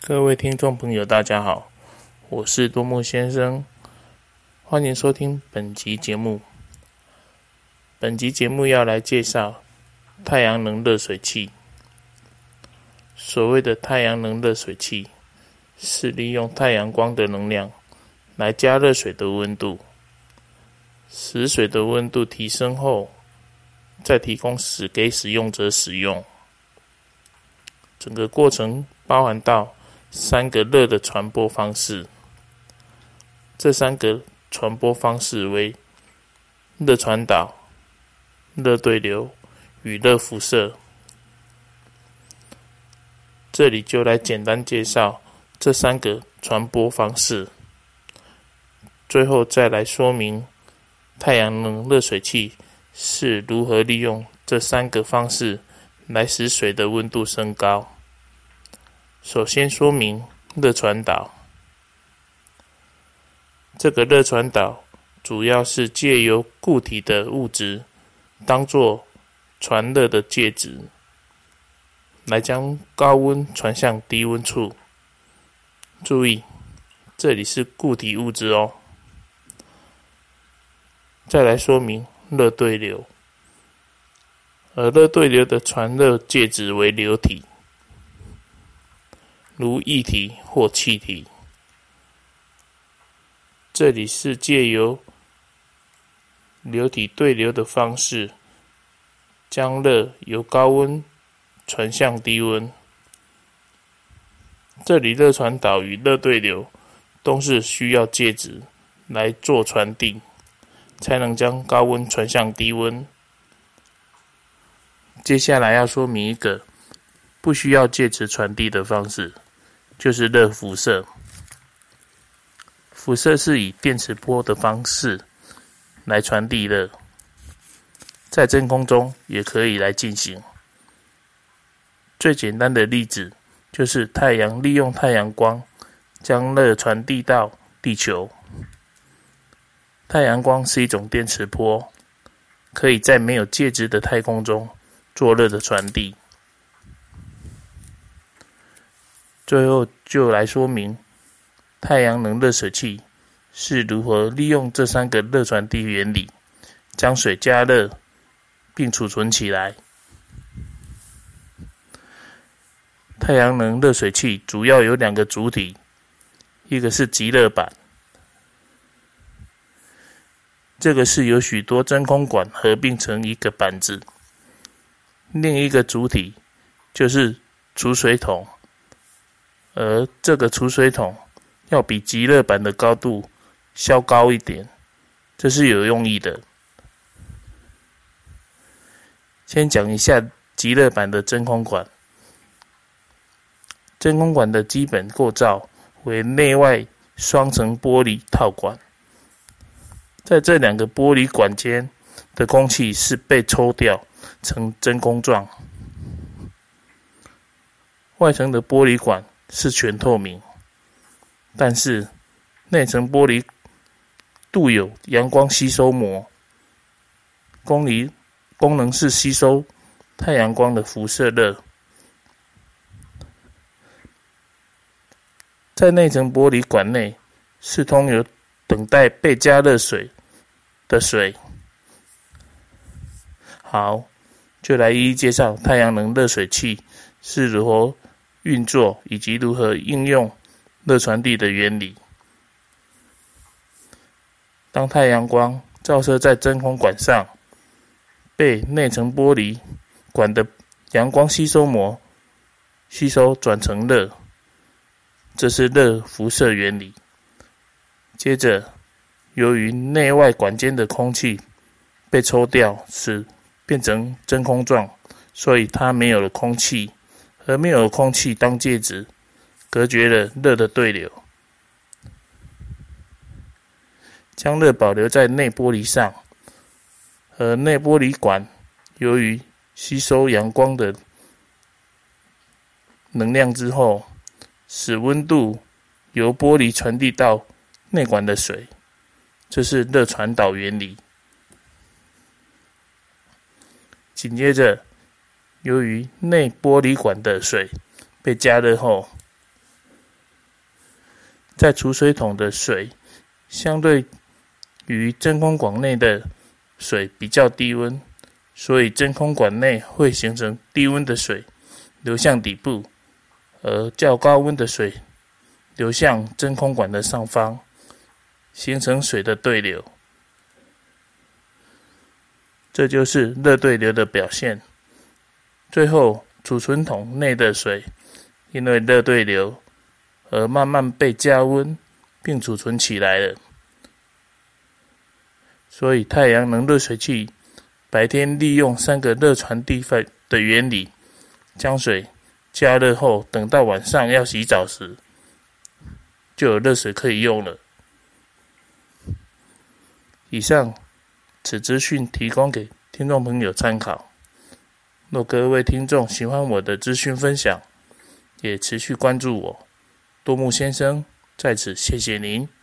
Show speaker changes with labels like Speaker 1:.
Speaker 1: 各位听众朋友，大家好，我是多木先生，欢迎收听本集节目。本集节目要来介绍太阳能热水器。所谓的太阳能热水器，是利用太阳光的能量来加热水的温度，使水的温度提升后，再提供给使用者使用。整个过程包含到3个热的传播方式，这3个传播方式为热传导、热对流与热辐射。这里就来简单介绍这3个传播方式，最后再来说明太阳能热水器是如何利用这3个方式来使水的温度升高。首先说明热传导。这个热传导主要是借由固体的物质当作传热的介质，来将高温传向低温处。注意，这里是固体物质哦。再来说明热对流，而热对流的传热介质为流体，如液体或气体。这里是借由流体对流的方式，将热由高温传向低温。这里热传导与热对流都是需要介质来做传递，才能将高温传向低温。接下来要说明一个不需要介质传递的方式，就是热辐射。辐射是以电磁波的方式来传递热，在真空中也可以来进行。最简单的例子就是太阳利用太阳光将热传递到地球。太阳光是一种电磁波，可以在没有介质的太空中做热的传递。最后就来说明太阳能热水器是如何利用这3个热传递原理，将水加热并储存起来。太阳能热水器主要有2个主体，一个是极热板，这个是由许多真空管合并成一个板子，另一个主体就是储水桶，而这个储水桶要比极热板的高度稍高一点，这是有用意的。先讲一下极热板的真空管。真空管的基本构造为内外双层玻璃套管，在这2个玻璃管间的空气是被抽掉成真空状。外层的玻璃管是全透明，但是内层玻璃镀有阳光吸收膜，功能是吸收太阳光的辐射热。在内层玻璃管内是通有等待被加热水的水。好，就来一一介绍太阳能热水器是如何运作以及如何应用热传递的原理。当太阳光照射在真空管上，被内层玻璃管的阳光吸收膜吸收转成热，这是热辐射原理。接着，由于内外管间的空气被抽掉，使变成真空状，所以它没有了空气，而没有了空气当介质，隔绝了热的对流，将热保留在内玻璃上，而内玻璃管由于吸收阳光的能量之后，使温度由玻璃传递到内管的水，这是热传导原理。紧接着，由于内玻璃管的水被加热后， 在储水桶的水相对于真空管内的水比较低温，所以真空管内会形成低温的水流向底部，而较高温的水流向真空管的上方，形成水的对流。这就是热对流的表现。最后，储存桶内的水因为热对流而慢慢被加温并储存起来了。所以太阳能热水器白天利用3个热传递法的原理，将水加热后，等到晚上要洗澡时，就有热水可以用了。以上此资讯提供给听众朋友参考。若各位听众喜欢我的资讯分享，也持续关注我，多木先生在此谢谢您。